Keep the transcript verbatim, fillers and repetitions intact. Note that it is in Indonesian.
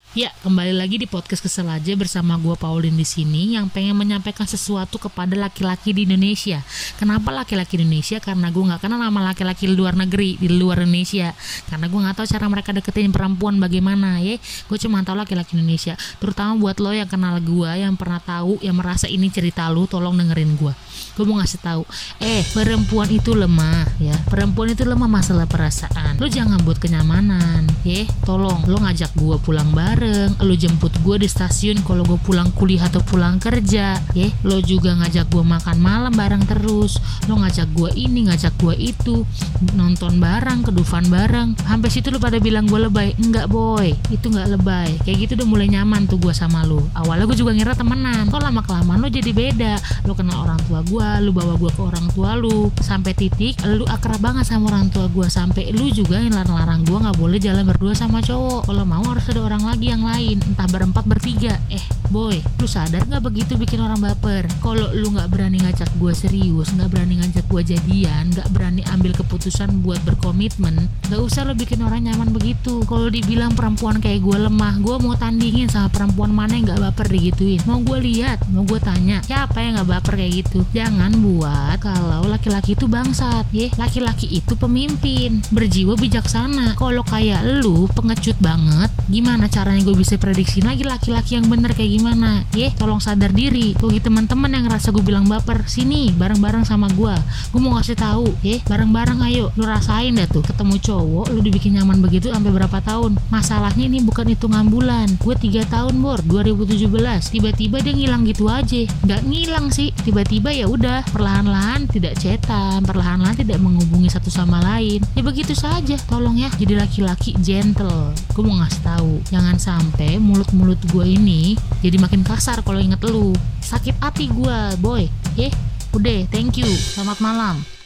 Ya, kembali lagi di podcast Kesel Aja bersama gue Pauline di sini yang pengen menyampaikan sesuatu kepada laki-laki di Indonesia. Kenapa laki-laki Indonesia? Karena gue nggak kenal nama laki-laki di luar negeri, di luar Indonesia. Karena gue nggak tahu cara mereka deketin perempuan bagaimana, ya. Gue cuma tahu laki-laki Indonesia. Terutama buat lo yang kenal gue, yang pernah tahu, yang merasa ini cerita lo, tolong dengerin gue. Gue mau ngasih tahu, eh perempuan itu lemah, ya. Perempuan itu lemah masalah perasaan. Lo jangan buat kenyamanan, ya. Tolong, lo ngajak gue pulang bareng. Lo jemput gue di stasiun kalau gue pulang kuliah atau pulang kerja, ya. Lo juga ngajak gue makan malam bareng terus. Lo ngajak gue ini, ngajak gue itu, nonton bareng, kedufan bareng. Sampai situ lo pada bilang gue lebay. Enggak boy, itu nggak lebay. Kayak gitu udah mulai nyaman tuh gue sama lo. Awalnya gue juga ngira temenan. Kok lama kelamaan lo jadi beda. Lo kenal orang tua gue, lo bawa gue ke orang tua lo. Sampai titik lo akrab banget sama orang tua gue. Sampai lo juga ngelarang-larang gue nggak boleh jalan berdua sama cowok. Kalau mau harus ada orang lagi yang lain, entah berempat bertiga. Eh boy, lu sadar nggak begitu bikin orang baper? Kalau lu nggak berani ngajak gue serius, nggak berani ngajak gue jadian, nggak berani ambil keputusan buat berkomitmen, nggak usah lo bikin orang nyaman begitu. Kalau dibilang perempuan kayak gue lemah, gue mau tandingin sama perempuan mana yang nggak baper digituin. Mau gue lihat, mau gue tanya siapa yang nggak baper kayak gitu. Jangan buat kalau laki-laki itu bangsat, ya. Laki-laki itu pemimpin, berjiwa bijaksana. Kalau kayak lu pengecut banget, gimana caranya gue bisa prediksi lagi laki-laki yang bener kayak gimana? Ye, tolong sadar diri. Bagi teman-teman yang ngerasa gue bilang baper, sini bareng-bareng sama gue. Gue mau ngasih tahu, ye, bareng-bareng ayo. Lu rasain dah tuh, ketemu cowok lu dibikin nyaman begitu sampai berapa tahun? Masalahnya ini bukan hitungan bulan. Gue tiga tahun bor, dua ribu tujuh belas. Tiba-tiba dia ngilang gitu aja. Nggak ngilang sih, tiba-tiba ya udah, perlahan-lahan tidak cetan, perlahan-lahan tidak menghubungi satu sama lain. Ya begitu saja. Tolong ya, jadi laki-laki gentle. Gue mau ngasih tahu, jangan sampai mulut-mulut gue ini jadi makin kasar kalau inget lu. Sakit hati gue, boy. Ye, udah, thank you. Selamat malam.